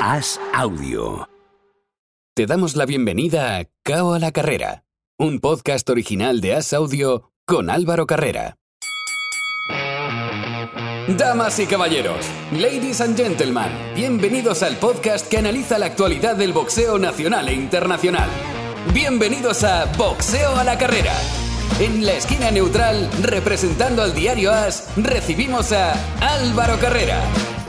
As Audio. Te damos la bienvenida a Cao a la Carrera, un podcast original de As Audio con Álvaro Carrera. Damas y caballeros, ladies and gentlemen, bienvenidos al podcast que analiza la actualidad del boxeo nacional e internacional. Bienvenidos a Boxeo a la Carrera. En la esquina neutral, representando al diario As, recibimos a Álvaro Carrera.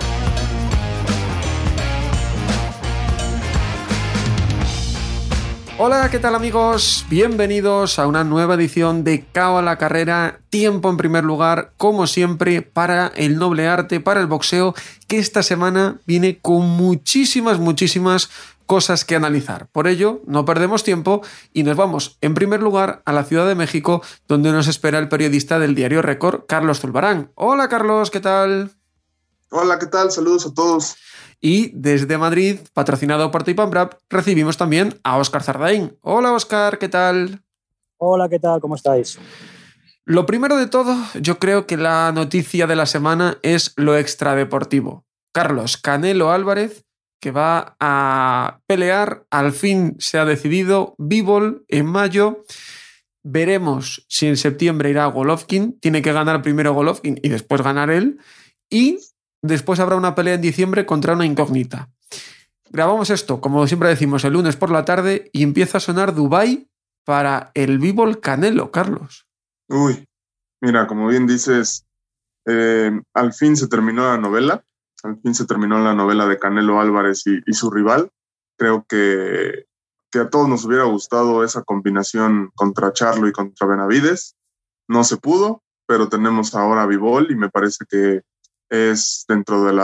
Hola, ¿qué tal amigos? Bienvenidos a una nueva edición de Cao a la Carrera. Tiempo en primer lugar, como siempre, para el noble arte, para el boxeo, que esta semana viene con muchísimas cosas que analizar. Por ello, no perdemos tiempo y nos vamos, en primer lugar, a la Ciudad de México, donde nos espera el periodista del diario Récord, Carlos Zulbarán. Hola, Carlos, ¿qué tal? Hola, ¿qué tal? Saludos a todos. Y desde Madrid, patrocinado por Tipambrap, recibimos también a Óscar Zardaín. Hola, Óscar, ¿qué tal? Hola, ¿qué tal? ¿Cómo estáis? Lo primero de todo, yo creo que la noticia de la semana es lo extradeportivo. Carlos Canelo Álvarez, que va a pelear, al fin se ha decidido, Bivol en mayo. Veremos si en septiembre irá Golovkin. Tiene que ganar primero Golovkin y después ganar él. Y después habrá una pelea en diciembre contra una incógnita. Grabamos esto, como siempre decimos, el lunes por la tarde y empieza a sonar Dubái para el Bivol Canelo, Carlos. Uy, mira, como bien dices, al fin se terminó la novela. Al fin se terminó la novela de Canelo Álvarez y su rival. Creo que a todos nos hubiera gustado esa combinación contra Charlo y contra Benavides. No se pudo, pero tenemos ahora a Bivol y me parece que es dentro de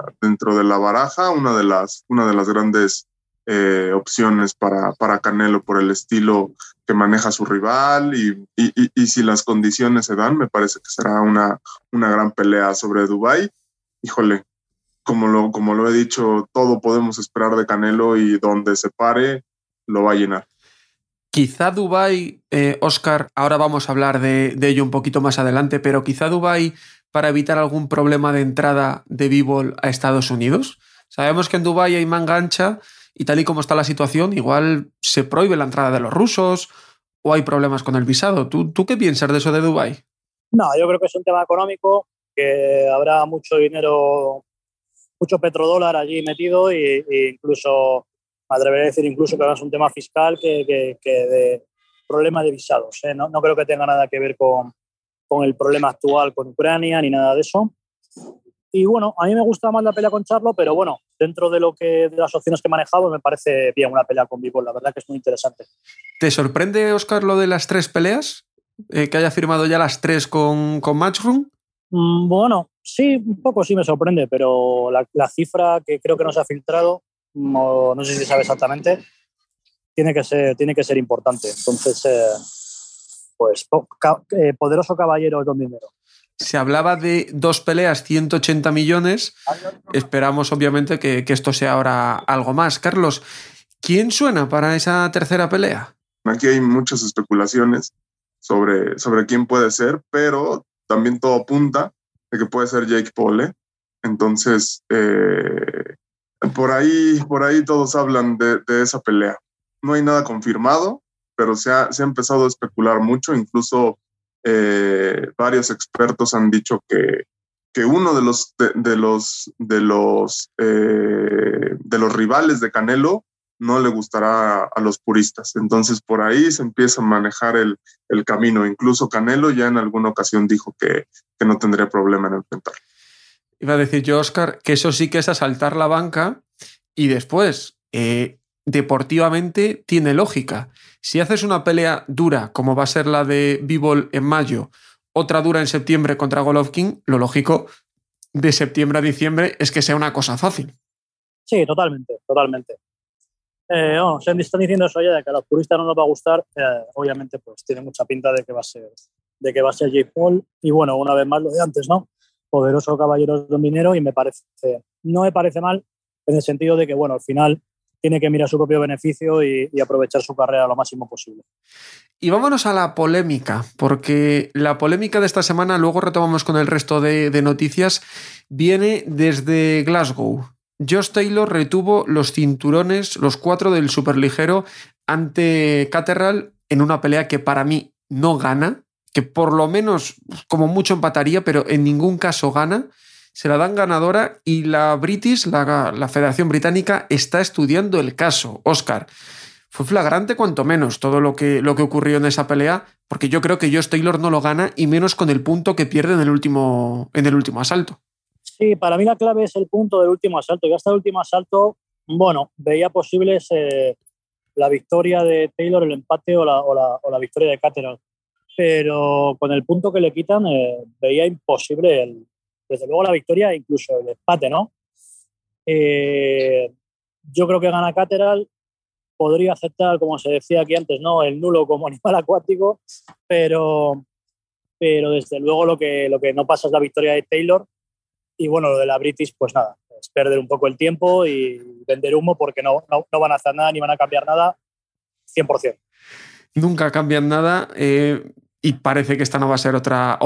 la baraja una de las grandes opciones para Canelo por el estilo que maneja su rival y si las condiciones se dan, me parece que será una gran pelea sobre Dubái. Híjole, como lo he dicho, todo podemos esperar de Canelo y donde se pare lo va a llenar. Quizá Dubái, Óscar, ahora vamos a hablar de ello un poquito más adelante, pero quizá Dubái para evitar algún problema de entrada de Bivol a Estados Unidos. Sabemos que en Dubái hay manga ancha y tal y como está la situación, igual se prohíbe la entrada de los rusos o hay problemas con el visado. ¿Tú qué piensas de eso de Dubái? No, yo creo que es un tema económico, que habrá mucho dinero, mucho petrodólar allí metido e incluso, me atrevería a decir incluso que ahora es un tema fiscal que de problema de visados. No creo que tenga nada que ver con el problema actual con Ucrania ni nada de eso. Y bueno, a mí me gusta más la pelea con Charlo, pero bueno, dentro de las opciones que he manejado me parece bien una pelea con Bivol, la verdad que es muy interesante. ¿Te sorprende, Óscar, lo de las 3 peleas? ¿Que haya firmado ya las 3 con Matchroom? Bueno, sí, un poco sí me sorprende, pero la cifra que creo que no se ha filtrado, no sé si se sabe exactamente, tiene que ser importante. Entonces, pues poderoso caballero don dinero. Se hablaba de 2 peleas, 180 millones. Esperamos, obviamente, que esto sea ahora algo más. Carlos, ¿quién suena para esa tercera pelea? Aquí hay muchas especulaciones sobre quién puede ser, pero también todo apunta de que puede ser Jake Paul. Entonces, por ahí todos hablan de esa pelea. No hay nada confirmado, pero se ha empezado a especular mucho. Incluso varios expertos han dicho que uno de los rivales de Canelo no le gustará a los puristas. Entonces por ahí se empieza a manejar el camino. Incluso Canelo ya en alguna ocasión dijo que no tendría problema en enfrentarlo. Iba a decir yo, Óscar, que eso sí que es asaltar la banca y después deportivamente tiene lógica. Si haces una pelea dura, como va a ser la de Bivol en mayo, otra dura en septiembre contra Golovkin, lo lógico de septiembre a diciembre es que sea una cosa fácil. Sí, totalmente. Se están diciendo eso ya, de que a los puristas no nos va a gustar. Obviamente, pues tiene mucha pinta de que va a ser Jake Paul. Y bueno, una vez más lo de antes, ¿no? Poderoso caballero don dinero y no me parece mal en el sentido de que, bueno, al final tiene que mirar su propio beneficio y aprovechar su carrera lo máximo posible. Y vámonos a la polémica, porque la polémica de esta semana, luego retomamos con el resto de noticias, viene desde Glasgow. Josh Taylor retuvo los cinturones, los 4 del superligero ante Catterall en una pelea que para mí no gana, que por lo menos como mucho empataría, pero en ningún caso gana. Se la dan ganadora y la British, la Federación Británica, está estudiando el caso. Óscar, fue flagrante cuanto menos todo lo que ocurrió en esa pelea, porque yo creo que Josh Taylor no lo gana, y menos con el punto que pierde en el último asalto. Sí, para mí la clave es el punto del último asalto. Y hasta el último asalto, bueno, veía posibles la victoria de Taylor, el empate o la victoria de Catterall. Pero con el punto que le quitan, veía imposible desde luego la victoria e incluso el empate, ¿no? Yo creo que gana Catterall. Podría aceptar, como se decía aquí antes, ¿no?, el nulo como animal acuático, pero desde luego lo que no pasa es la victoria de Taylor. Y bueno, lo de la British, pues nada, es perder un poco el tiempo y vender humo, porque no van a hacer nada ni van a cambiar nada 100%. Nunca cambian nada. Y parece que esta no va a ser otra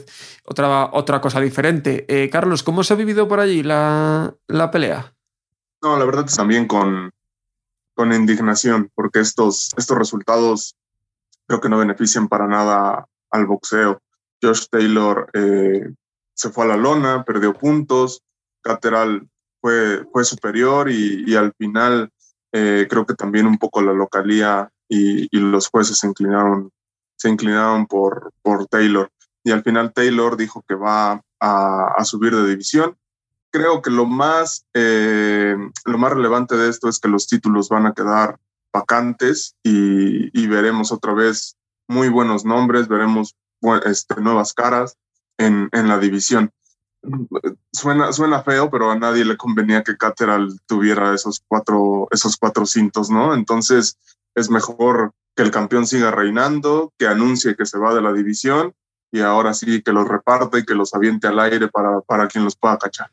cosa diferente. Carlos, ¿cómo se ha vivido por allí la pelea? No, la verdad es también con indignación, porque estos resultados creo que no benefician para nada al boxeo. Josh Taylor se fue a la lona, perdió puntos, Catterall fue superior y al final creo que también un poco la localía y los jueces se inclinaron por Taylor, y al final Taylor dijo que va a subir de división. Creo que lo más relevante de esto es que los títulos van a quedar vacantes y veremos otra vez muy buenos nombres, veremos nuevas caras en la división. Suena feo, pero a nadie le convenía que Catterall tuviera esos cuatro cintos, ¿no? Entonces es mejor que el campeón siga reinando, que anuncie que se va de la división, y ahora sí que los reparte y que los aviente al aire para quien los pueda cachar.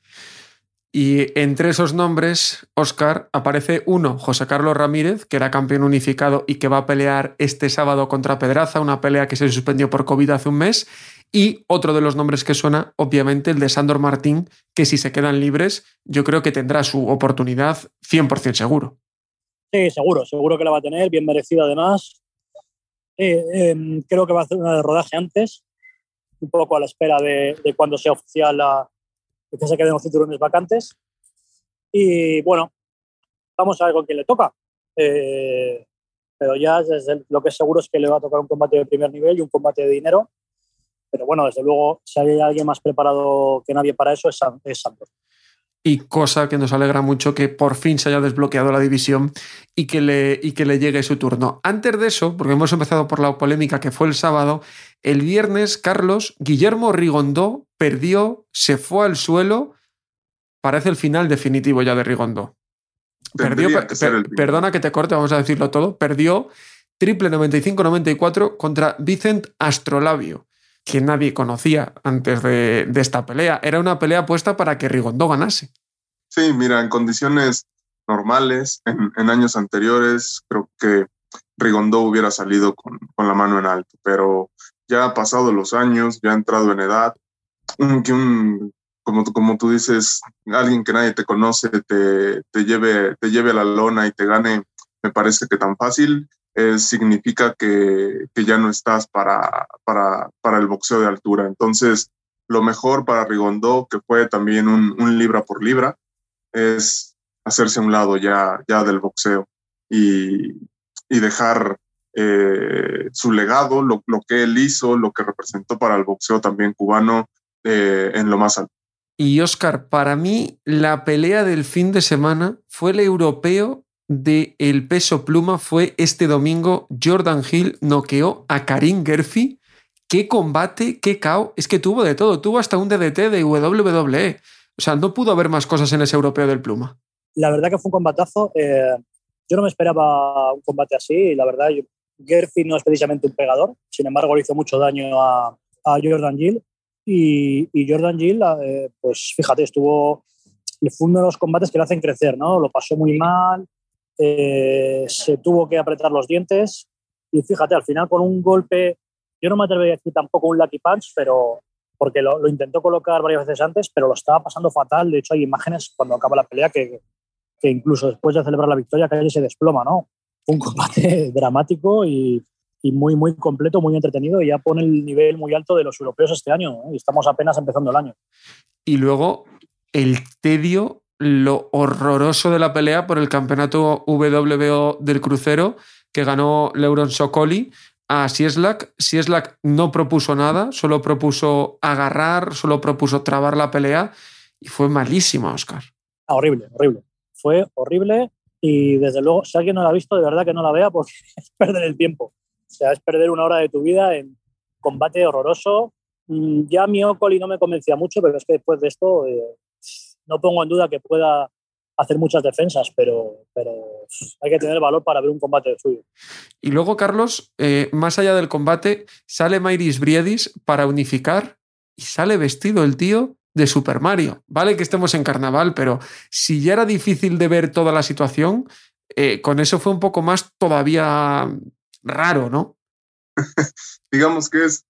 Y entre esos nombres, Óscar, aparece uno, José Carlos Ramírez, que era campeón unificado y que va a pelear este sábado contra Pedraza, una pelea que se suspendió por COVID hace un mes. Y otro de los nombres que suena, obviamente, el de Sandor Martín, que si se quedan libres, yo creo que tendrá su oportunidad 100% seguro. Sí, seguro que la va a tener, bien merecida además. Creo que va a hacer una de rodaje antes, un poco a la espera de cuando sea oficial que se queden los cinturones vacantes. Y bueno, vamos a ver con quién le toca. Pero ya lo que es seguro es que le va a tocar un combate de primer nivel y un combate de dinero. Pero bueno, desde luego, si hay alguien más preparado que nadie para eso, es Sandor. Y cosa que nos alegra mucho que por fin se haya desbloqueado la división y que le llegue su turno. Antes de eso, porque hemos empezado por la polémica que fue el sábado, el viernes, Carlos, Guillermo Rigondó perdió, se fue al suelo. Parece el final definitivo ya de Rigondó. Perdona que te corte, vamos a decirlo todo. Perdió triple 95-94 contra Vicent Astrolabio, que nadie conocía antes de esta pelea. Era una pelea puesta para que Rigondó ganase. Sí, mira, en condiciones normales, en años anteriores, creo que Rigondó hubiera salido con la mano en alto, pero ya ha pasado los años, ya ha entrado en edad, como tú dices, alguien que nadie te conoce te lleve a la lona y te gane, me parece que tan fácil. Significa que ya no estás para el boxeo de altura. Entonces, lo mejor para Rigondó, que fue también un libra por libra, es hacerse a un lado ya del boxeo y dejar su legado, lo que él hizo, lo que representó para el boxeo también cubano, en lo más alto. Y Óscar, para mí la pelea del fin de semana fue el europeo del peso pluma. Fue este domingo. Jordan Hill noqueó a Karim Gerfi. Qué combate, qué KO. Es que tuvo de todo, tuvo hasta un DDT de WWE. O sea, no pudo haber más cosas en ese europeo del pluma. La verdad que fue un combatazo. Yo no me esperaba un combate así. La verdad, Gerfi no es precisamente un pegador. Sin embargo, le hizo mucho daño a Jordan Hill. Y Jordan Hill, pues fíjate, fue uno de los combates que le hacen crecer, ¿no? Lo pasó muy mal. Se tuvo que apretar los dientes y fíjate, al final con un golpe, yo no me atrevería a decir tampoco un lucky punch, pero porque lo intentó colocar varias veces antes, pero lo estaba pasando fatal. De hecho, hay imágenes cuando acaba la pelea que incluso después de celebrar la victoria casi se desploma, ¿no? Un combate dramático y muy, muy completo, muy entretenido, y ya pone el nivel muy alto de los europeos este año, ¿eh? Y estamos apenas empezando el año. Y luego el tedio, lo horroroso de la pelea por el campeonato WBO del crucero que ganó Leuron Sokoli a Cieslak. Cieslak no propuso nada, solo propuso agarrar, solo propuso trabar la pelea y fue malísima, Óscar. Horrible. Fue horrible y desde luego, si alguien no la ha visto, de verdad que no la vea porque es perder el tiempo. O sea, es perder una hora de tu vida en combate horroroso. Ya mi Okoli no me convencía mucho, pero es que después de esto no pongo en duda que pueda hacer muchas defensas, pero hay que tener valor para ver un combate suyo. Y luego, Carlos, más allá del combate, sale Mairis Briedis para unificar y sale vestido el tío de Super Mario. Vale que estemos en carnaval, pero si ya era difícil de ver toda la situación, con eso fue un poco más todavía raro, ¿no? Digamos que es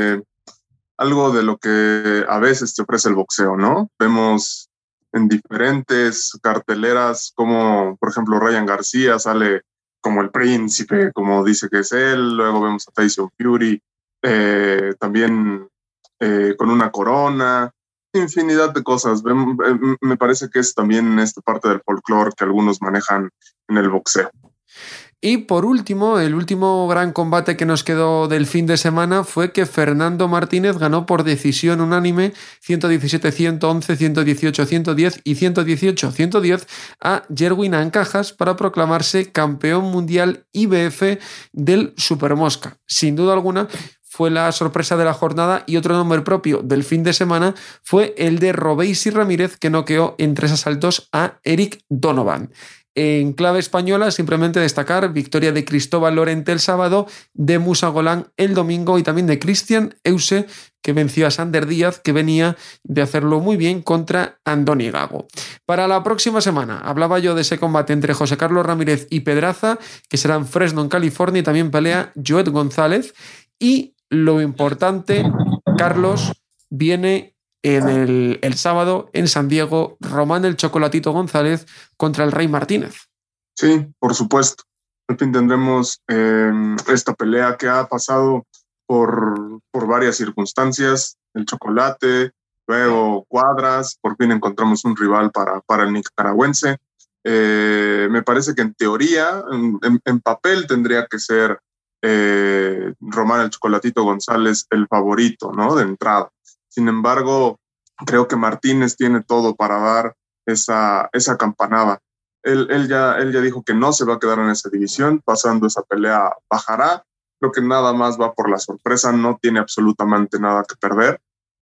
algo de lo que a veces te ofrece el boxeo, ¿no? Vemos en diferentes carteleras como, por ejemplo, Ryan García sale como el príncipe, como dice que es él. Luego vemos a Tyson Fury también con una corona. Infinidad de cosas. Me parece que es también esta parte del folclore que algunos manejan en el boxeo. Y por último, el último gran combate que nos quedó del fin de semana fue que Fernando Martínez ganó por decisión unánime 117-111, 118-110 y 118-110 a Jerwin Ancajas para proclamarse campeón mundial IBF del Supermosca. Sin duda alguna, fue la sorpresa de la jornada, y otro nombre propio del fin de semana fue el de Robeisy Ramírez, que noqueó en 3 asaltos a Eric Donovan. En clave española, simplemente destacar victoria de Cristóbal Lorente el sábado, de Musa Golán el domingo y también de Cristian Euse, que venció a Sander Díaz, que venía de hacerlo muy bien contra Andoni Gago. Para la próxima semana hablaba yo de ese combate entre José Carlos Ramírez y Pedraza, que será en Fresno, en California, y también pelea Joet González. Y lo importante, Carlos, viene en el sábado en San Diego, Román el Chocolatito González contra el Rey Martínez. Sí, por supuesto. Al fin tendremos esta pelea que ha pasado por varias circunstancias. El Chocolate, luego Cuadras, por fin encontramos un rival para el nicaragüense. Me parece que en teoría, en papel, tendría que ser Román el Chocolatito González el favorito, ¿no? De entrada. Sin embargo, creo que Martínez tiene todo para dar esa campanada. Él ya dijo que no se va a quedar en esa división, pasando esa pelea bajará. Creo que nada más va por la sorpresa, no tiene absolutamente nada que perder.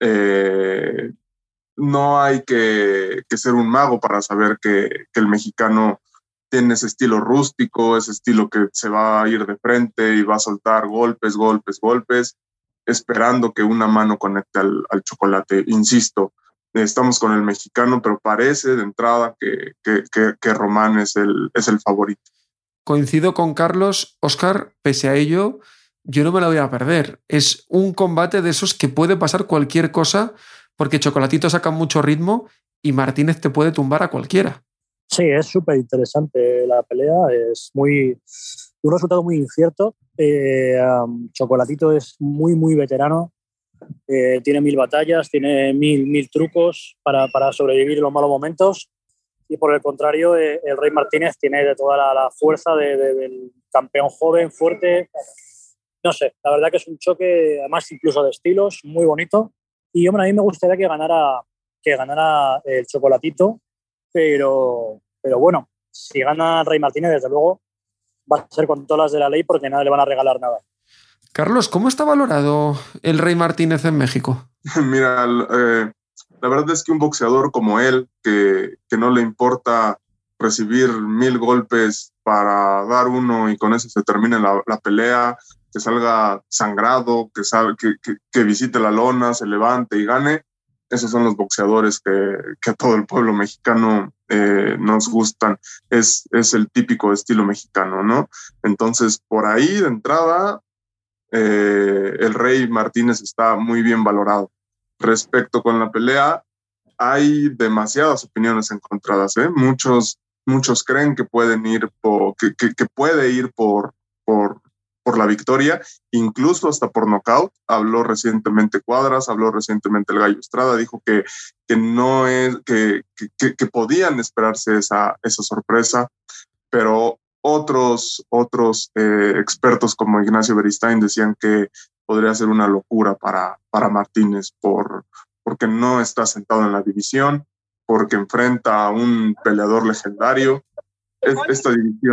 No hay que ser un mago para saber que el mexicano tiene ese estilo rústico, ese estilo que se va a ir de frente y va a soltar golpes, esperando que una mano conecte al Chocolate. Insisto, estamos con el mexicano, pero parece de entrada que Román es el favorito. Coincido con Carlos, Óscar, pese a ello, yo no me la voy a perder. Es un combate de esos que puede pasar cualquier cosa, porque Chocolatito saca mucho ritmo y Martínez te puede tumbar a cualquiera. Sí, es súper interesante la pelea, es un resultado muy incierto. Chocolatito es muy, muy veterano, tiene 1000 batallas, tiene mil trucos para sobrevivir en los malos momentos, y por el contrario, el Rey Martínez tiene de toda la fuerza del campeón joven, fuerte. No sé, la verdad que es un choque, además incluso de estilos, muy bonito. Y hombre, a mí me gustaría que ganara el Chocolatito, pero bueno, si gana Rey Martínez, desde luego va a ser con todas las de la ley, porque nada le van a regalar nada. Carlos, ¿cómo está valorado el Rey Martínez en México? Mira, la verdad es que un boxeador como él, que no le importa recibir 1000 golpes para dar uno y con eso se termine la pelea, que salga sangrado, que visite la lona, se levante y gane. Esos son los boxeadores que a todo el pueblo mexicano nos gustan. Es el típico estilo mexicano, ¿no? Entonces, por ahí de entrada, el Rey Martínez está muy bien valorado. respecto con la pelea, hay demasiadas opiniones encontradas, ¿eh? Muchos creen que pueden ir que puede ir por la victoria, incluso hasta por nocaut. Habló recientemente Cuadras, habló recientemente el Gallo Estrada, dijo que no es que podían esperarse esa sorpresa, pero otros expertos como Ignacio Beristain decían que podría ser una locura para Martínez porque no está sentado en la división, porque enfrenta a un peleador legendario. Esta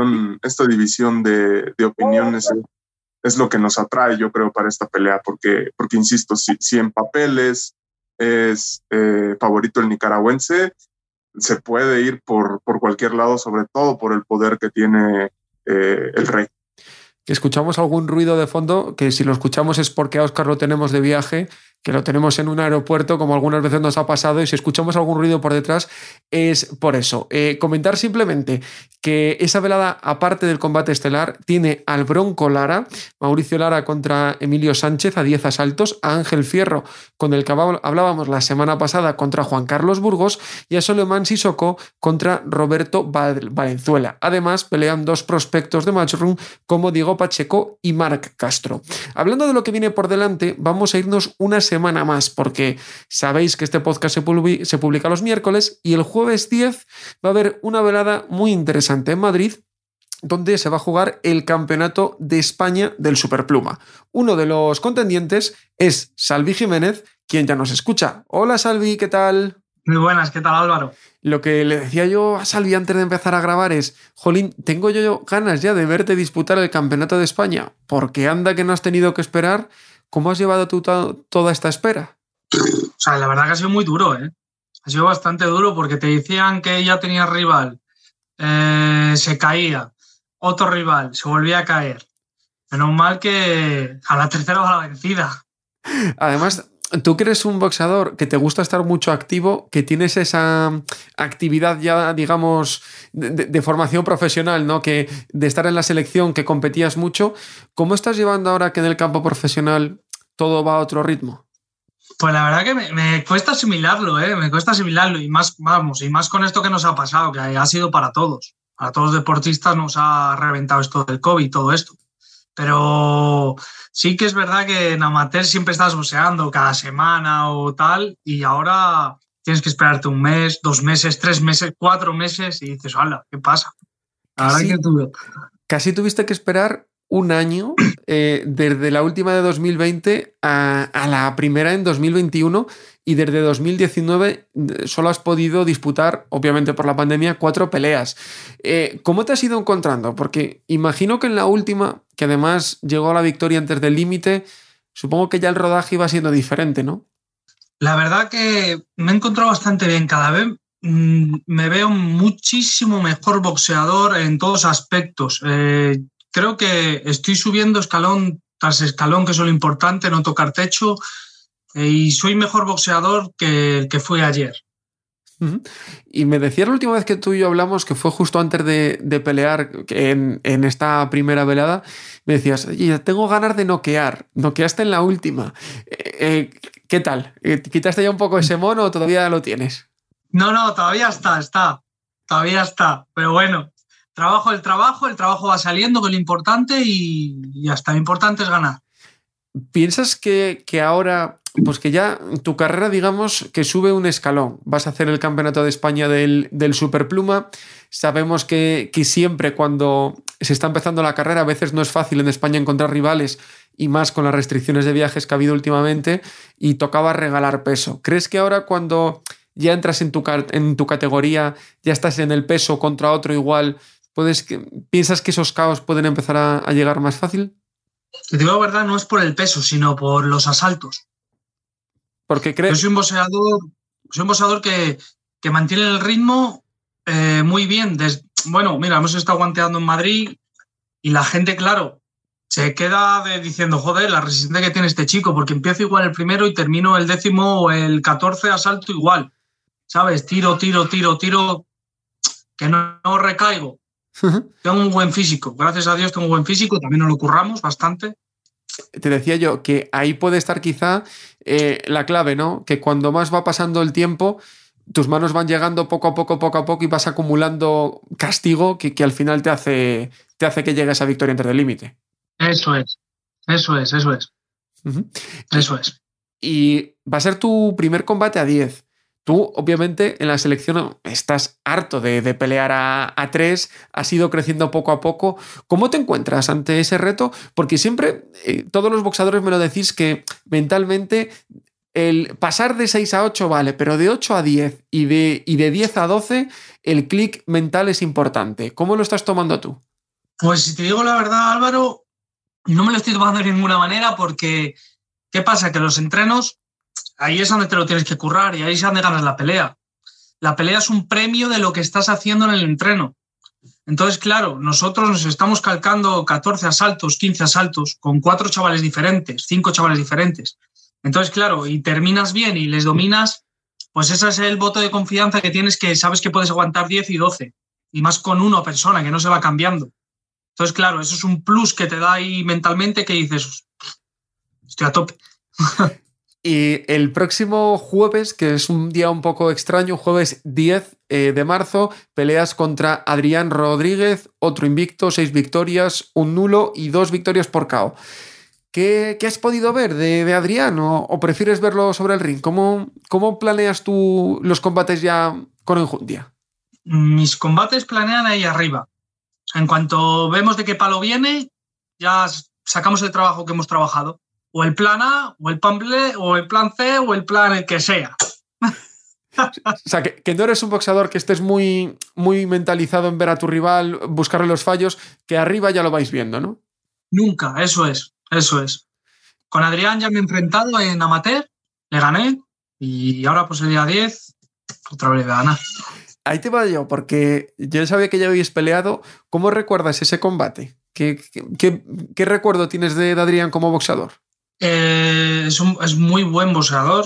división de opiniones es lo que nos atrae, yo creo, para esta pelea, porque insisto, si en papeles es favorito el nicaragüense, se puede ir por cualquier lado, sobre todo por el poder que tiene el Rey. Que escuchamos algún ruido de fondo, que si lo escuchamos es porque a Óscar lo tenemos de viaje, que lo tenemos en un aeropuerto, como algunas veces nos ha pasado, y si escuchamos algún ruido por detrás es por eso. Comentar simplemente que esa velada, aparte del combate estelar, tiene al Bronco Lara, Mauricio Lara contra Emilio Sánchez a 10 asaltos, a Ángel Fierro, con el que hablábamos la semana pasada, contra Juan Carlos Burgos, y a Soleiman Sissoko contra Roberto Valenzuela. Además, pelean dos prospectos de Matchroom como Diego Pacheco y Marc Castro. Hablando de lo que viene por delante, vamos a irnos una semana más, porque sabéis que este podcast se publica los miércoles y el jueves 10 va a haber una velada muy interesante en Madrid, donde se va a jugar el Campeonato de España del Superpluma. Uno de los contendientes es Salvi Jiménez, quien ya nos escucha. Hola Salvi, ¿qué tal? Muy buenas, ¿qué tal Álvaro? Lo que le decía yo a Salvi antes de empezar a grabar es, jolín, tengo yo ganas ya de verte disputar el Campeonato de España, porque anda que no has tenido que esperar. ¿Cómo has llevado tú toda esta espera? O sea, la verdad que ha sido muy duro, ¿eh? Ha sido bastante duro porque te decían que ya tenía rival, se caía, otro rival, se volvía a caer. Menos mal que a la tercera va la vencida. Además, tú que eres un boxeador que te gusta estar mucho activo, que tienes esa actividad ya, digamos, de formación profesional, ¿no? Que de estar en la selección, que competías mucho, ¿cómo estás llevando ahora que en el campo profesional todo va a otro ritmo? Pues la verdad que me cuesta asimilarlo, ¿eh? Me cuesta asimilarlo y más con esto que nos ha pasado, que ha sido para todos. A todos los deportistas nos ha reventado esto del COVID, todo esto. Pero sí que es verdad que en amateur siempre estás boxeando cada semana o tal, y ahora tienes que esperarte un mes, 2 meses, 3 meses, 4 meses y dices, ¡hala! ¿Qué pasa? Casi tuviste que esperar un año desde la última de 2020 a la primera en 2021, y desde 2019 solo has podido disputar, obviamente por la pandemia, 4 peleas. ¿Cómo te has ido encontrando? Porque imagino que en la última, que además llegó a la victoria antes del límite, supongo que ya el rodaje iba siendo diferente, ¿no? La verdad que me he encontrado bastante bien. Cada vez me veo muchísimo mejor boxeador en todos aspectos. Creo que estoy subiendo escalón tras escalón, que es lo importante, no tocar techo, y soy mejor boxeador que el que fui ayer. Uh-huh. Y me decías la última vez que tú y yo hablamos, que fue justo antes de pelear en esta primera velada, me decías, oye, tengo ganas de noquear. Noqueaste en la última. ¿Qué tal? ¿Quitaste ya un poco ese mono o todavía lo tienes? No, todavía está. Todavía está. Pero bueno, el trabajo va saliendo, que es lo importante, y hasta lo importante es ganar. ¿Piensas que ahora, pues que ya tu carrera, digamos, que sube un escalón? Vas a hacer el Campeonato de España del Superpluma. Sabemos que siempre cuando se está empezando la carrera, a veces no es fácil en España encontrar rivales, y más con las restricciones de viajes que ha habido últimamente, y tocaba regalar peso. ¿Crees que ahora, cuando ya entras en tu categoría, ya estás en el peso contra otro igual, piensas que esos caos pueden empezar a llegar más fácil? Te digo la verdad, no es por el peso, sino por los asaltos. Porque creo... Yo soy un boxeador que mantiene el ritmo muy bien. Bueno, mira, hemos estado guanteando en Madrid y la gente, claro, se queda diciendo, joder, la resistencia que tiene este chico, porque empiezo igual el primero y termino el 10º o el 14 asalto igual. ¿Sabes? Tiro, que no recaigo. Tengo un buen físico, gracias a Dios tengo un buen físico, también nos lo curramos bastante, te decía yo que ahí puede estar quizá la clave, ¿no? Que cuando más va pasando el tiempo, tus manos van llegando poco a poco y vas acumulando castigo que al final te hace que llegue a esa victoria antes del límite. Eso es. Uh-huh. Eso es. Y va a ser tu primer combate a 10. Tú, obviamente, en la selección estás harto de pelear a 3, has ido creciendo poco a poco. ¿Cómo te encuentras ante ese reto? Porque siempre, todos los boxadores me lo decís que mentalmente el pasar de 6 a 8 vale, pero de 8 a 10 y de 10 a 12 el clic mental es importante. ¿Cómo lo estás tomando tú? Pues si te digo la verdad, Álvaro, no me lo estoy tomando de ninguna manera porque ¿qué pasa? Que los entrenos, ahí es donde te lo tienes que currar y ahí es donde ganas la pelea. La pelea es un premio de lo que estás haciendo en el entreno. Entonces, claro, nosotros nos estamos calcando 14 asaltos, 15 asaltos con 4 chavales diferentes, 5 chavales diferentes. Entonces, claro, y terminas bien y les dominas, pues ese es el voto de confianza que tienes, que sabes que puedes aguantar 10 y 12, y más con una persona que no se va cambiando. Entonces, claro, eso es un plus que te da ahí mentalmente que dices, estoy a tope. Y el próximo jueves, que es un día un poco extraño, jueves 10 de marzo, peleas contra Adrián Rodríguez, otro invicto, 6 victorias, un nulo y 2 victorias por KO. ¿Qué has podido ver de Adrián o prefieres verlo sobre el ring? ¿Cómo planeas tú los combates ya con enjundia? Mis combates planean ahí arriba. En cuanto vemos de qué palo viene, ya sacamos el trabajo que hemos trabajado. O el plan A, o el plan B, o el plan C, o el plan el que sea. O sea, que no eres un boxeador que estés muy, muy mentalizado en ver a tu rival, buscarle los fallos, que arriba ya lo vais viendo, ¿no? Nunca, eso es. Con Adrián ya me he enfrentado en amateur, le gané, y ahora pues el día 10 otra vez le voy a ganar. Ahí te va yo, porque yo sabía que ya habéis peleado. ¿Cómo recuerdas ese combate? ¿Qué recuerdo tienes de Adrián como boxeador? Es muy buen boxeador,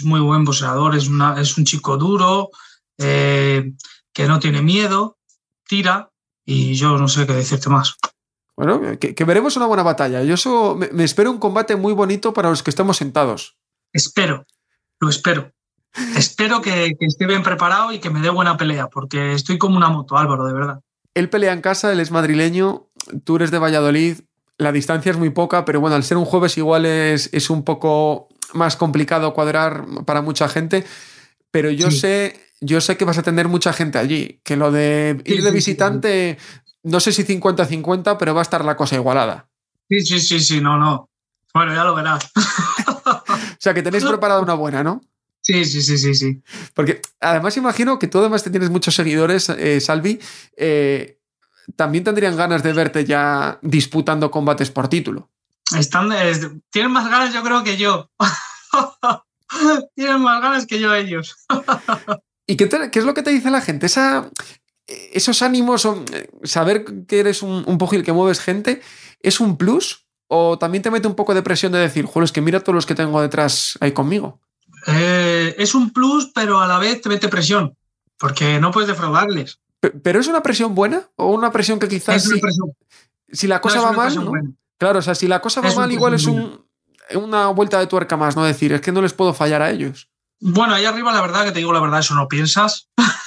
es un chico duro, que no tiene miedo, tira, y yo no sé qué decirte más. Bueno, que veremos una buena batalla. Yo me espero un combate muy bonito para los que estemos sentados. Lo espero. Espero que esté bien preparado y que me dé buena pelea, porque estoy como una moto, Álvaro, de verdad. Él pelea en casa, él es madrileño, tú eres de Valladolid, la distancia es muy poca, pero bueno, al ser un jueves igual es un poco más complicado cuadrar para mucha gente, pero yo sé que vas a tener mucha gente allí, que lo de ir de visitante, no sé si 50-50, pero va a estar la cosa igualada. Sí, no. Bueno, ya lo verás. O sea, que tenéis preparada una buena, ¿no? Sí. Porque además imagino que tú además te tienes muchos seguidores, Salvi, también tendrían ganas de verte ya disputando combates por título. Tienen más ganas yo creo que yo. Tienen más ganas que yo ellos. ¿Y qué es lo que te dice la gente? Esos ánimos, saber que eres un pugil que mueves gente, ¿es un plus? ¿O también te mete un poco de presión de decir, joder, es que mira todos los que tengo detrás ahí conmigo? Es un plus, pero a la vez te mete presión, porque no puedes defraudarles. ¿Pero es una presión buena? ¿O una presión que quizás si la cosa va mal? ¿No? Claro, o sea, si la cosa va mal, igual es una vuelta de tuerca más, ¿no? Decir, es que no les puedo fallar a ellos. Bueno, ahí arriba la verdad que te digo la verdad, eso no piensas.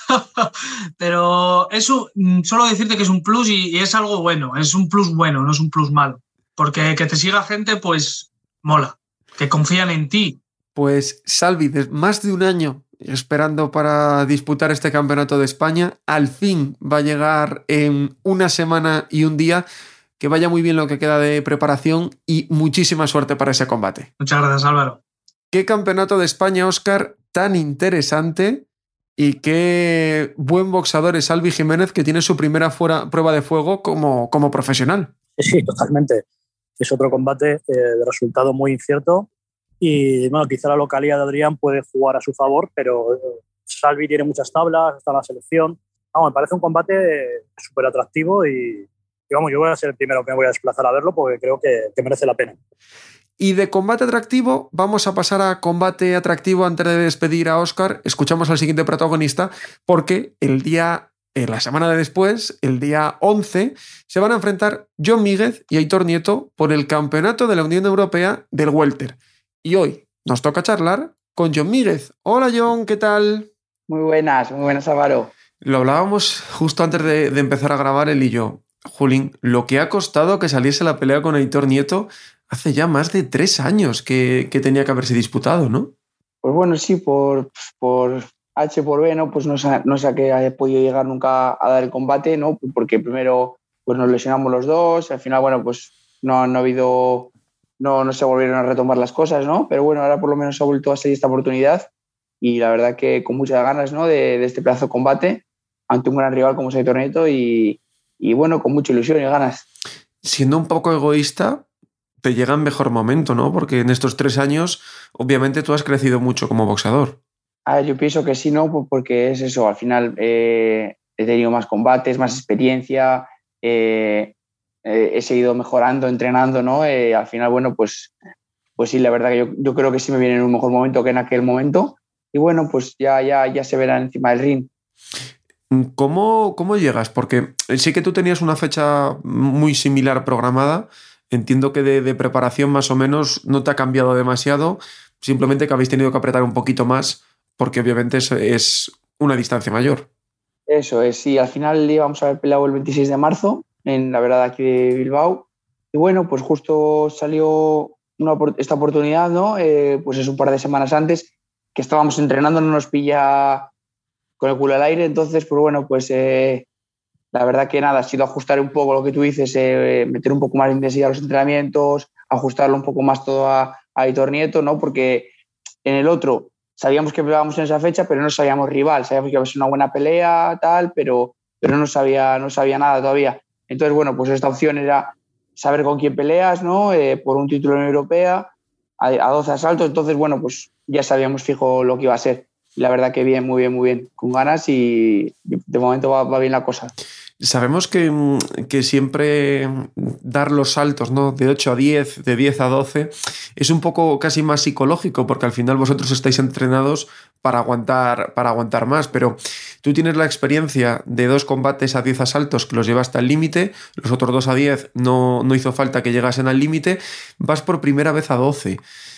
Pero eso, solo decirte que es un plus y es algo bueno, es un plus bueno, no es un plus malo. Porque que te siga gente, pues mola, que confían en ti. Pues Salvi, más de un año esperando para disputar este campeonato de España, al fin va a llegar en una semana y un día. Que vaya muy bien lo que queda de preparación y muchísima suerte para ese combate. Muchas gracias, Álvaro. Qué campeonato de España, Óscar, tan interesante, y qué buen boxeador es Salvi Jiménez, que tiene su primera prueba de fuego como profesional. Sí, totalmente. Es otro combate de resultado muy incierto y bueno, quizá la localidad de Adrián puede jugar a su favor, pero Salvi tiene muchas tablas, está en la selección. Me parece un combate súper atractivo y vamos, yo voy a ser el primero que me voy a desplazar a verlo porque creo que merece la pena. Y de combate atractivo vamos a pasar a combate atractivo. Antes de despedir a Óscar, escuchamos al siguiente protagonista, porque el día la semana de después, el día 11, se van a enfrentar John Míguez y Aitor Nieto por el campeonato de la Unión Europea del Welter. Y hoy nos toca charlar con John Míguez. Hola John, ¿qué tal? Muy buenas, Álvaro. Lo hablábamos justo antes de empezar a grabar él y yo. Julín, lo que ha costado que saliese la pelea con Aitor Nieto hace ya más de 3 años que tenía que haberse disputado, ¿no? Pues bueno, sí, por H por B, ¿no? Pues no sé que haya podido llegar nunca a dar el combate, ¿no? Porque primero pues nos lesionamos los dos, al final, bueno, pues no ha habido, no se volvieron a retomar las cosas, ¿no? Pero bueno, ahora por lo menos ha vuelto a salir esta oportunidad y la verdad que con muchas ganas, ¿no? De este pedazo de combate ante un gran rival como es Aitor Nieto y bueno, con mucha ilusión y ganas. Siendo un poco egoísta, te llega en mejor momento, ¿no? Porque en estos 3 años, obviamente, tú has crecido mucho como boxeador. Yo pienso que sí, ¿no? Pues porque es eso, al final he tenido más combates, más experiencia, he seguido mejorando, entrenando, ¿no? Al final, bueno, pues sí, la verdad que yo creo que sí me viene en un mejor momento que en aquel momento y bueno, pues ya se verá encima del ring. ¿Cómo llegas? Porque sí que tú tenías una fecha muy similar programada. Entiendo que de preparación más o menos no te ha cambiado demasiado, simplemente que habéis tenido que apretar un poquito más porque obviamente es una distancia mayor. Eso es, sí, al final íbamos a haber peleado el 26 de marzo en la vereda aquí de Bilbao y bueno, pues justo salió esta oportunidad, ¿no? Pues es un par de semanas antes que estábamos entrenando, no nos pilla con el culo al aire, entonces pues bueno, pues la verdad que nada, ha sido ajustar un poco lo que tú dices, meter un poco más de intensidad a los entrenamientos, ajustarlo un poco más todo a Aitor Nieto, ¿no? Porque en el otro sabíamos que peleábamos en esa fecha, pero no sabíamos rival, sabíamos que iba a ser una buena pelea, tal, pero no sabía nada todavía. Entonces, bueno, pues esta opción era saber con quién peleas, ¿no? Por un título en la europea, a 12 asaltos, entonces, bueno, pues ya sabíamos fijo lo que iba a ser. Y la verdad que bien, muy bien, con ganas y de momento va bien la cosa. Sabemos que siempre dar los saltos, ¿no? De 8 a 10, de 10 a 12, es un poco casi más psicológico, porque al final vosotros estáis entrenados para aguantar más, pero tú tienes la experiencia de 2 combates a 10 asaltos que los llevaste al límite, los otros 2 a 10 no hizo falta que llegasen al límite, vas por primera vez a 12.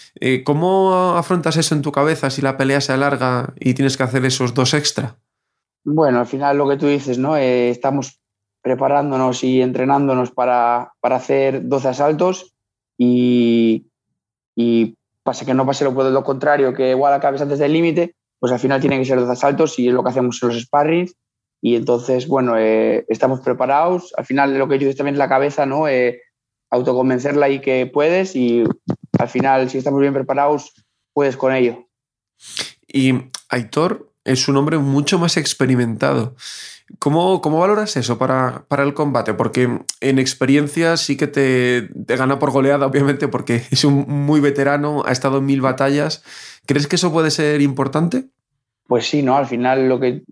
¿Cómo afrontas eso en tu cabeza si la pelea se alarga y tienes que hacer esos 2 extra? Bueno, al final lo que tú dices, ¿no? Estamos preparándonos y entrenándonos para hacer 12 asaltos y pasa que no pase lo contrario, que igual acabes antes del límite, pues al final tienen que ser 12 asaltos y es lo que hacemos en los sparrings y entonces, bueno, estamos preparados. Al final lo que tú dices también es la cabeza, ¿no? Autoconvencerla y que puedes y al final si estamos bien preparados puedes con ello. Y Aitor es un hombre mucho más experimentado. ¿Cómo valoras eso para el combate? Porque en experiencia sí que te gana por goleada, obviamente, porque es un muy veterano, ha estado en 1000 batallas. ¿Crees que eso puede ser importante? Pues sí, ¿no? Al final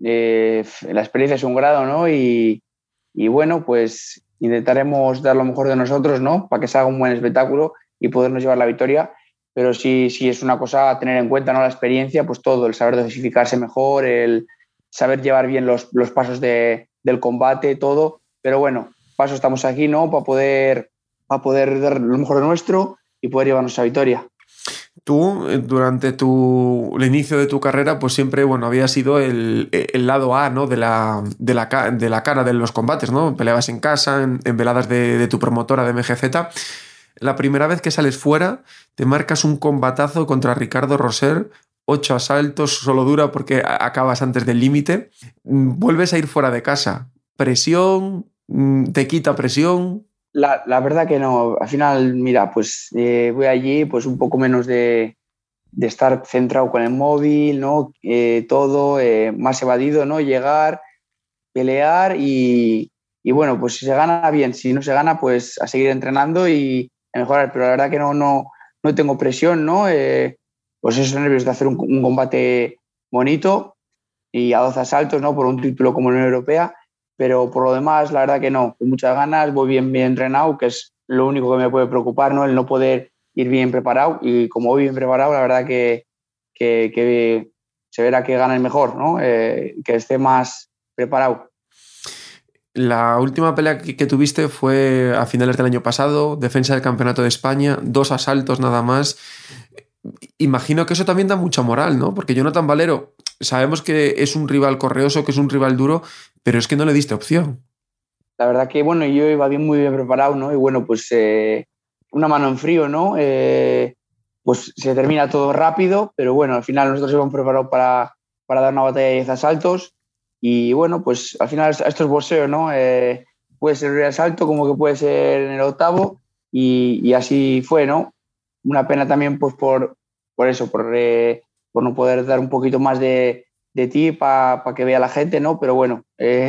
la experiencia es un grado, ¿no? Y bueno, pues intentaremos dar lo mejor de nosotros, ¿no? Para que se haga un buen espectáculo y podernos llevar la victoria. Pero sí es una cosa a tener en cuenta, ¿no? La experiencia, pues todo, el saber dosificarse mejor, el saber llevar bien los pasos del combate, todo. Pero bueno, paso estamos aquí, ¿no? Para poder dar lo mejor de nuestro y poder llevarnos a victoria. Tú, durante el inicio de tu carrera, pues siempre, bueno, había sido el lado A, ¿no? de la cara de los combates, ¿no? Peleabas en casa, en veladas de tu promotora de MGZ. La primera vez que sales fuera, te marcas un combatazo contra Ricardo Roser, 8 asaltos, solo dura porque acabas antes del límite. Vuelves a ir fuera de casa. ¿Presión? ¿Te quita presión? La verdad que no. Al final, mira, pues voy allí pues un poco menos de estar centrado con el móvil, ¿no? Todo más evadido, ¿no? Llegar, pelear y bueno, pues si se gana, bien. Si no se gana, pues a seguir entrenando y a mejorar. Pero la verdad que no tengo presión, ¿no? Pues esos nervios de hacer un combate bonito y a 12 asaltos, ¿no? Por un título como la Unión Europea. Pero por lo demás, la verdad que no, con muchas ganas, voy bien entrenado, que es lo único que me puede preocupar, ¿no? El no poder ir bien preparado y como voy bien preparado, la verdad que se verá que gana el mejor, ¿no? Que esté más preparado. La última pelea que tuviste fue a finales del año pasado, defensa del Campeonato de España, 2 asaltos nada más. Imagino que eso también da mucha moral, ¿no? Porque Jonathan Valero, sabemos que es un rival correoso, que es un rival duro, pero es que no le diste opción. La verdad que, bueno, yo iba muy bien preparado, ¿no? Y bueno, pues una mano en frío, ¿no? Pues se termina todo rápido, pero bueno, al final nosotros íbamos preparados para dar una batalla de 10 asaltos. Y bueno, pues al final esto es boxeo, ¿no? Puede ser el asalto como que puede ser en el octavo y así fue, ¿no? Una pena también pues por eso, por no poder dar un poquito más de ti para que vea la gente, ¿no? Pero bueno,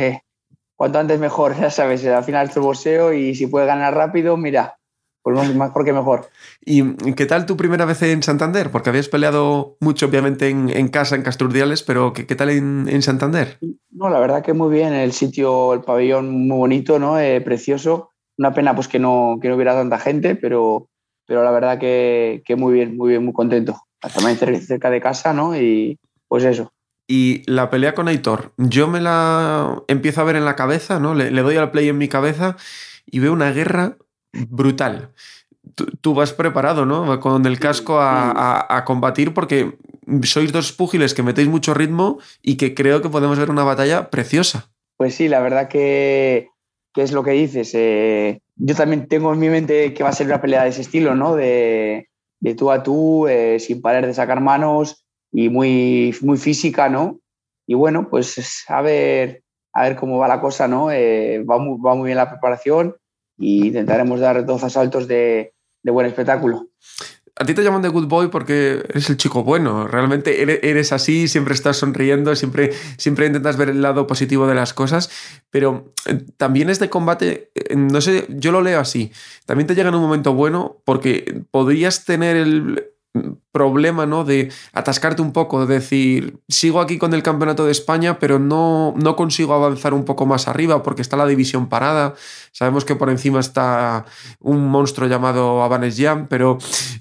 cuanto antes mejor, ya sabes, al final esto es boxeo y si puedes ganar rápido, mira, pues mejor que mejor. ¿Y qué tal tu primera vez en Santander? Porque habías peleado mucho, obviamente, en casa, en Castrurdiales, pero ¿qué tal en Santander? No, la verdad que muy bien, el sitio, el pabellón muy bonito, ¿no? Precioso. Una pena pues que no hubiera tanta gente, pero la verdad que muy bien, muy contento. También cerca de casa, ¿no? Y pues eso. Y la pelea con Aitor, yo me la empiezo a ver en la cabeza, ¿no? Le doy al play en mi cabeza y veo una guerra brutal. Tú vas preparado, ¿no? Con el casco a combatir porque sois dos púgiles que metéis mucho ritmo y que creo que podemos ver una batalla preciosa. Pues sí, la verdad que es lo que dices. Yo también tengo en mi mente que va a ser una pelea de ese estilo, ¿no? De tú a tú, sin parar de sacar manos y muy física, ¿no? Y bueno, pues a ver cómo va la cosa, ¿no? Va muy bien la preparación y intentaremos dar 12 asaltos de buen espectáculo. A ti te llaman de Good Boy porque eres el chico bueno. Realmente eres así, siempre estás sonriendo, siempre intentas ver el lado positivo de las cosas, pero también este combate, no sé, yo lo leo así. También te llega en un momento bueno porque podrías tener el problema, ¿no? De atascarte un poco, de decir, sigo aquí con el Campeonato de España, pero no consigo avanzar un poco más arriba porque está la división parada. Sabemos que por encima está un monstruo llamado Avanesyan, pero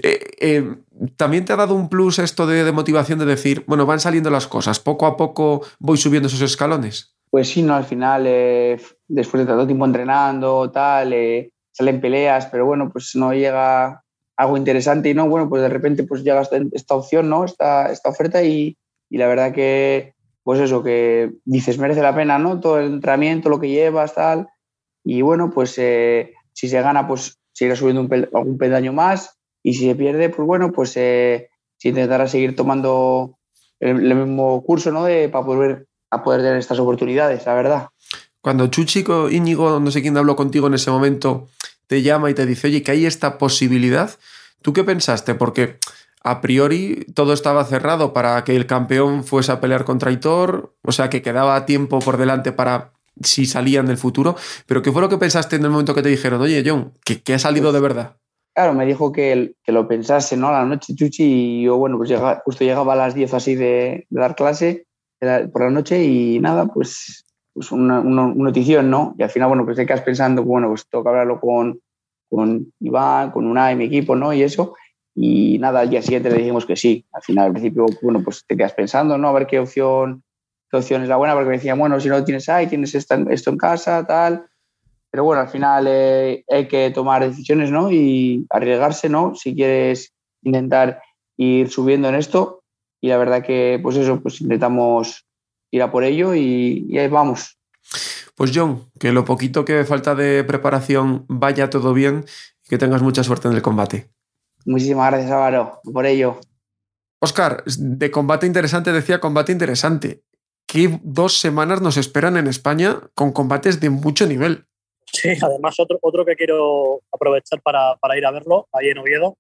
también te ha dado un plus esto de motivación de decir, bueno, van saliendo las cosas, poco a poco voy subiendo esos escalones. Pues sí, no, al final, después de tanto tiempo entrenando, tal, salen peleas, pero bueno, pues no llega algo interesante y no, bueno, pues de repente pues llega esta opción, ¿no? Esta oferta y la verdad que, pues eso, que dices, merece la pena, ¿no? Todo el entrenamiento, lo que llevas, tal, y bueno, pues si se gana, pues se irá subiendo algún peldaño más y si se pierde, pues bueno, pues se intentará seguir tomando el mismo curso, ¿no? Para poder tener estas oportunidades, la verdad. Cuando Chuchico, Íñigo, no sé quién habló contigo en ese momento, te llama y te dice, oye, que hay esta posibilidad, ¿tú qué pensaste? Porque a priori todo estaba cerrado para que el campeón fuese a pelear contra Aitor, o sea que quedaba tiempo por delante para si salía en el futuro, pero ¿qué fue lo que pensaste en el momento que te dijeron, oye, John, que ha salido de verdad? Claro, me dijo que lo pensase, ¿no? A la noche, Chuchi, y yo, bueno, pues justo llegaba a las 10 así de dar clase por la noche y nada, pues una notición, ¿no? Y al final, bueno, pues te quedas pensando, bueno, pues tengo que hablarlo con Iván, con Unai, mi equipo, ¿no? Y eso. Y nada, al día siguiente le dijimos que sí. Al final, al principio, bueno, pues te quedas pensando, ¿no? A ver qué opción es la buena, porque me decían, bueno, si no lo tienes ahí, tienes esto en casa, tal. Pero bueno, al final hay que tomar decisiones, ¿no? Y arriesgarse, ¿no? Si quieres intentar ir subiendo en esto. Y la verdad que, pues eso, pues intentamos ir a por ello y ahí vamos. Pues John, que lo poquito que falta de preparación vaya todo bien y que tengas mucha suerte en el combate. Muchísimas gracias, Álvaro, por ello. Óscar, de combate interesante decía combate interesante. ¿Qué 2 semanas nos esperan en España con combates de mucho nivel? Sí, además otro que quiero aprovechar para ir a verlo, ahí en Oviedo,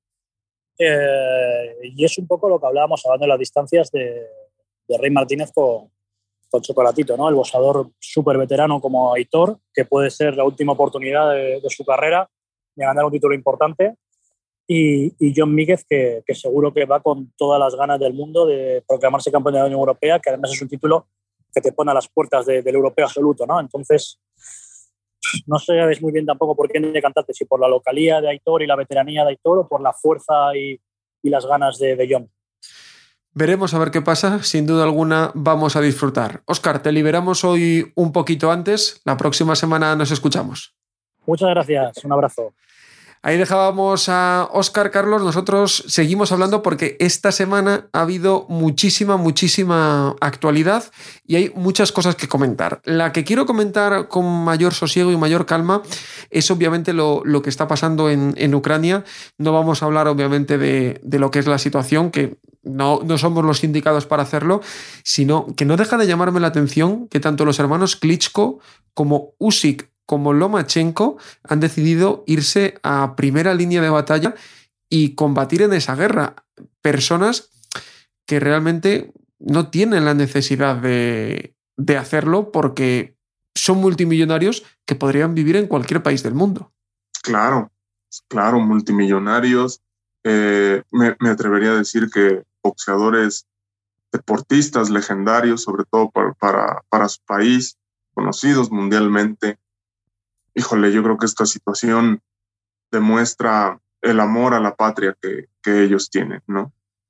y es un poco lo que hablábamos hablando de las distancias de Rey Martínez con Chocolatito, ¿no? El boxeador súper veterano como Aitor, que puede ser la última oportunidad de su carrera de ganar un título importante, y John Míguez, que seguro que va con todas las ganas del mundo de proclamarse campeón de la Unión Europea, que además es un título que te pone a las puertas del europeo absoluto, ¿no? Entonces, no sabes muy bien tampoco por quién decantarte, si por la localía de Aitor y la veteranía de Aitor o por la fuerza y las ganas de John. Veremos a ver qué pasa. Sin duda alguna vamos a disfrutar. Óscar, te liberamos hoy un poquito antes. La próxima semana nos escuchamos. Muchas gracias. Un abrazo. Ahí dejábamos a Óscar. Carlos, nosotros seguimos hablando porque esta semana ha habido muchísima actualidad y hay muchas cosas que comentar. La que quiero comentar con mayor sosiego y mayor calma es obviamente lo que está pasando en Ucrania. No vamos a hablar obviamente de lo que es la situación, que no somos los indicados para hacerlo, sino que no deja de llamarme la atención que tanto los hermanos Klitschko como Usyk como Lomachenko han decidido irse a primera línea de batalla y combatir en esa guerra. Personas que realmente no tienen la necesidad de hacerlo porque son multimillonarios que podrían vivir en cualquier país del mundo. Claro, multimillonarios. Me atrevería a decir que boxeadores, deportistas legendarios, sobre todo para su país, conocidos mundialmente. Híjole, yo creo que esta situación demuestra el amor a la patria que ellos tienen, ¿no?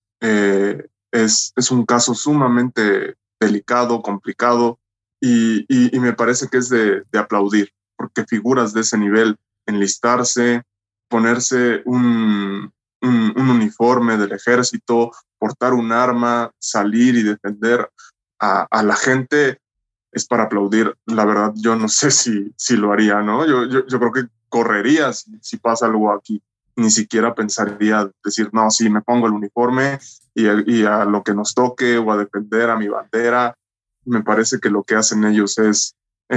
Es un caso sumamente delicado, complicado, y me parece que es de aplaudir, porque figuras de ese nivel, enlistarse, ponerse un uniforme del ejército, portar un arma, salir y defender a la gente, es para aplaudir. La verdad, yo no sé si lo haría, ¿no? Yo creo que correría si pasa algo aquí. Ni siquiera pensaría decir, no, sí, me pongo el uniforme y a lo que nos toque o a defender a mi bandera. Me parece que lo que hacen ellos es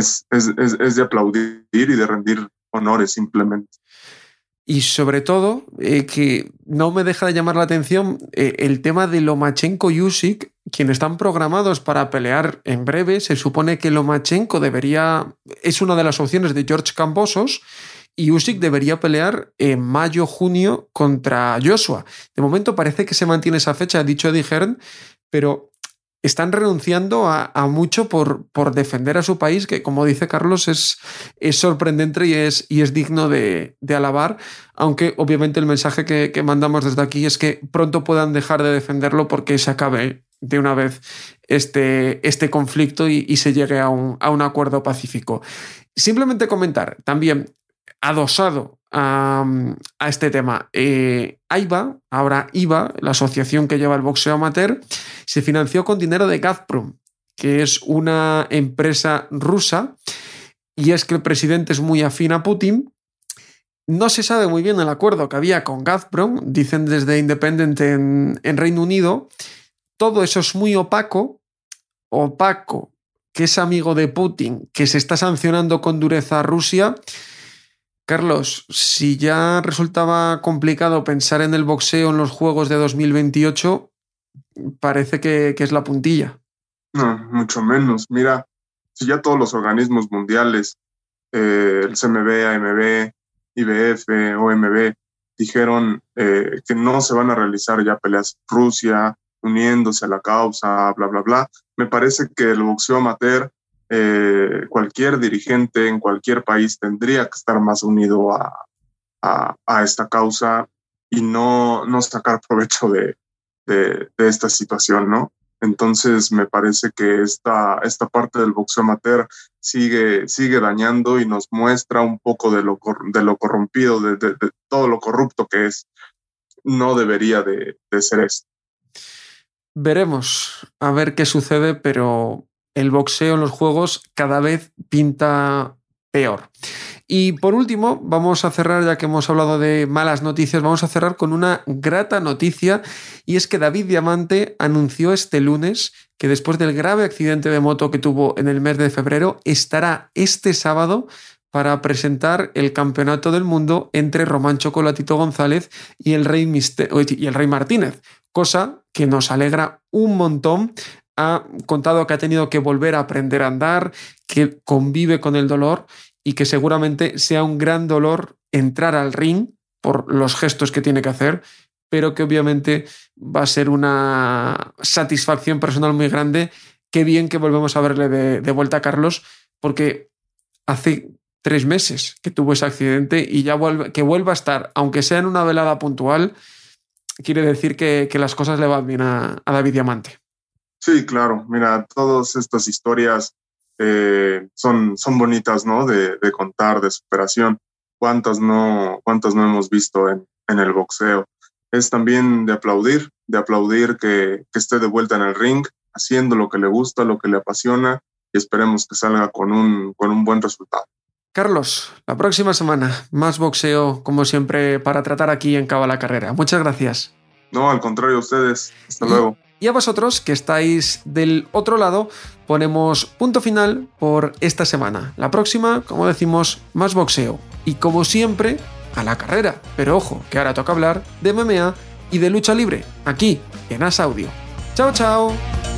de aplaudir y de rendir honores simplemente. Y sobre todo, que no me deja de llamar la atención el tema de Lomachenko y Usyk, quienes están programados para pelear en breve. Se supone que Lomachenko es una de las opciones de George Kambosos y Usyk debería pelear en mayo-junio contra Joshua. De momento parece que se mantiene esa fecha, ha dicho Eddie Hearn, pero están renunciando a mucho por defender a su país, que como dice Carlos es sorprendente y es digno de alabar, aunque obviamente el mensaje que mandamos desde aquí es que pronto puedan dejar de defenderlo porque se acabe de una vez este conflicto y se llegue a un acuerdo pacífico. Simplemente comentar también, adosado a este tema, IVA, la asociación que lleva el boxeo amateur, se financió con dinero de Gazprom, que es una empresa rusa, y es que el presidente es muy afín a Putin. No se sabe muy bien el acuerdo que había con Gazprom, dicen desde Independent en Reino Unido. Todo eso es muy opaco, que es amigo de Putin, que se está sancionando con dureza a Rusia. Carlos, si ya resultaba complicado pensar en el boxeo en los Juegos de 2028, parece que es la puntilla. No, mucho menos. Mira, si ya todos los organismos mundiales, el CMB, AMB, IBF, OMB, dijeron que no se van a realizar ya peleas en Rusia, uniéndose a la causa, bla, bla, bla, me parece que el boxeo amateur, cualquier dirigente en cualquier país tendría que estar más unido a esta causa y no sacar provecho de esta situación, ¿no? Entonces me parece que esta parte del boxeo amateur sigue dañando y nos muestra un poco de lo corrompido, de todo lo corrupto que es. No debería de ser esto. Veremos a ver qué sucede, pero el boxeo en los Juegos cada vez pinta peor. Y por último, vamos a cerrar, ya que hemos hablado de malas noticias, vamos a cerrar con una grata noticia, y es que David Diamante anunció este lunes que después del grave accidente de moto que tuvo en el mes de febrero, estará este sábado para presentar el campeonato del mundo entre Román Chocolatito González y el Rey Martínez, cosa que nos alegra un montón. Ha contado que ha tenido que volver a aprender a andar, que convive con el dolor y que seguramente sea un gran dolor entrar al ring por los gestos que tiene que hacer, pero que obviamente va a ser una satisfacción personal muy grande. Qué bien que volvemos a verle de vuelta a Carlos, porque hace 3 meses que tuvo ese accidente y ya que vuelva a estar, aunque sea en una velada puntual, quiere decir que las cosas le van bien a David Diamante. Sí, claro. Mira, todas estas historias son bonitas, ¿no? De contar, de superación. ¿Cuántas no hemos visto en el boxeo? Es también de aplaudir que esté de vuelta en el ring, haciendo lo que le gusta, lo que le apasiona, y esperemos que salga con un buen resultado. Carlos, la próxima semana, más boxeo, como siempre, para tratar aquí en Cabo a la Carrera. Muchas gracias. No, al contrario, a ustedes. Hasta luego. Y a vosotros, que estáis del otro lado, ponemos punto final por esta semana. La próxima, como decimos, más boxeo. Y como siempre, a la carrera. Pero ojo, que ahora toca hablar de MMA y de lucha libre, aquí, en As Audio. ¡Chao, chao!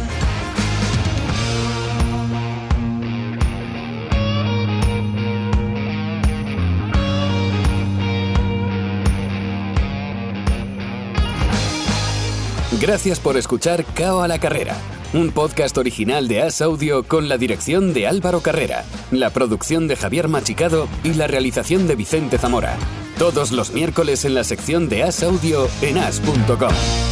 Gracias por escuchar Cao a la Carrera, un podcast original de As Audio con la dirección de Álvaro Carrera, la producción de Javier Machicado y la realización de Vicente Zamora. Todos los miércoles en la sección de As Audio en as.com.